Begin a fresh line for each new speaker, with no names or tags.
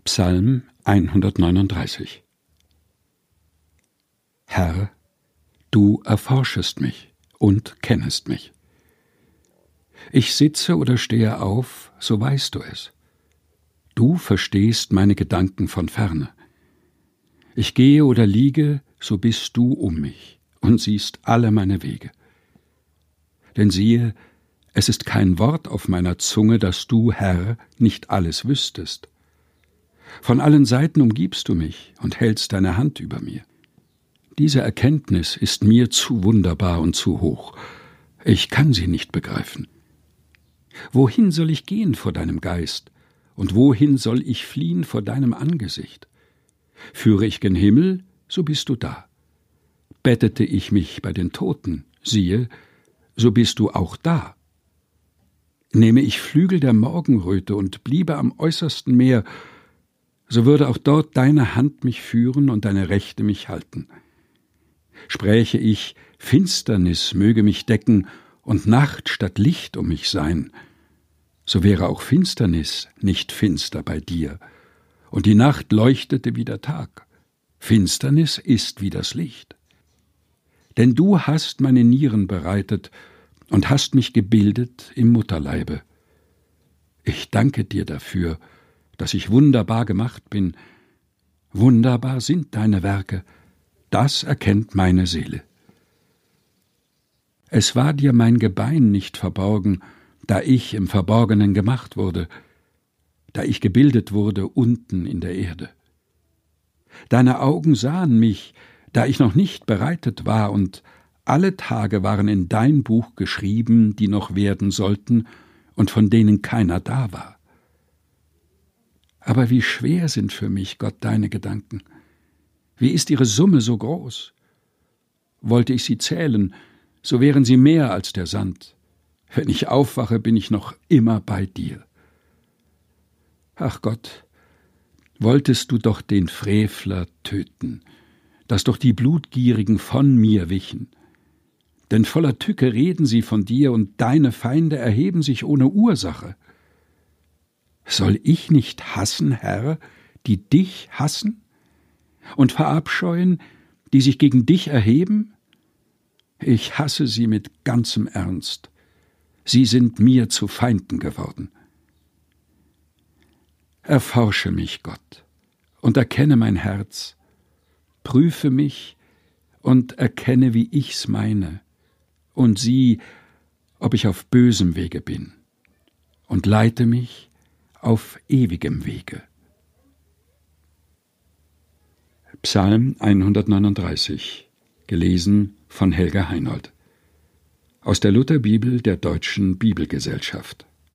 Psalm 139. Herr, du erforschest mich und kennest mich. Ich sitze oder stehe auf, so weißt du es. Du verstehst meine Gedanken von ferne. Ich gehe oder liege, so bist du um mich und siehst alle meine Wege. Denn siehe, es ist kein Wort auf meiner Zunge, dass du, Herr, nicht alles wüsstest. Von allen Seiten umgibst du mich und hältst deine Hand über mir. Diese Erkenntnis ist mir zu wunderbar und zu hoch. Ich kann sie nicht begreifen. Wohin soll ich gehen vor deinem Geist, und wohin soll ich fliehen vor deinem Angesicht? Führe ich gen Himmel, so bist du da. Bettete ich mich bei den Toten, siehe, so bist du auch da. Nehme ich Flügel der Morgenröte und bliebe am äußersten Meer, so würde auch dort deine Hand mich führen und deine Rechte mich halten. Spräche ich, Finsternis möge mich decken und Nacht statt Licht um mich sein, so wäre auch Finsternis nicht finster bei dir, und die Nacht leuchtete wie der Tag. Finsternis ist wie das Licht. Denn du hast meine Nieren bereitet und hast mich gebildet im Mutterleibe. Ich danke dir dafür, dass ich wunderbar gemacht bin. Wunderbar sind deine Werke, das erkennt meine Seele. Es war dir mein Gebein nicht verborgen, da ich im Verborgenen gemacht wurde, da ich gebildet wurde unten in der Erde. Deine Augen sahen mich, da ich noch nicht bereitet war, und alle Tage waren in dein Buch geschrieben, die noch werden sollten und von denen keiner da war. Aber wie schwer sind für mich, Gott, deine Gedanken. Wie ist ihre Summe so groß? Wollte ich sie zählen, so wären sie mehr als der Sand. Wenn ich aufwache, bin ich noch immer bei dir. Ach Gott, wolltest du doch den Frevler töten, dass doch die Blutgierigen von mir wichen. Denn voller Tücke reden sie von dir, und deine Feinde erheben sich ohne Ursache. Soll ich nicht hassen, Herr, die dich hassen? Und verabscheuen, die sich gegen dich erheben? Ich hasse sie mit ganzem Ernst. Sie sind mir zu Feinden geworden. Erforsche mich, Gott, und erkenne mein Herz. Prüfe mich und erkenne, wie ich's meine, und sieh, ob ich auf bösem Wege bin, und leite mich auf ewigem Wege. Psalm 139, gelesen von Helga Heinold. Aus der Lutherbibel der Deutschen Bibelgesellschaft.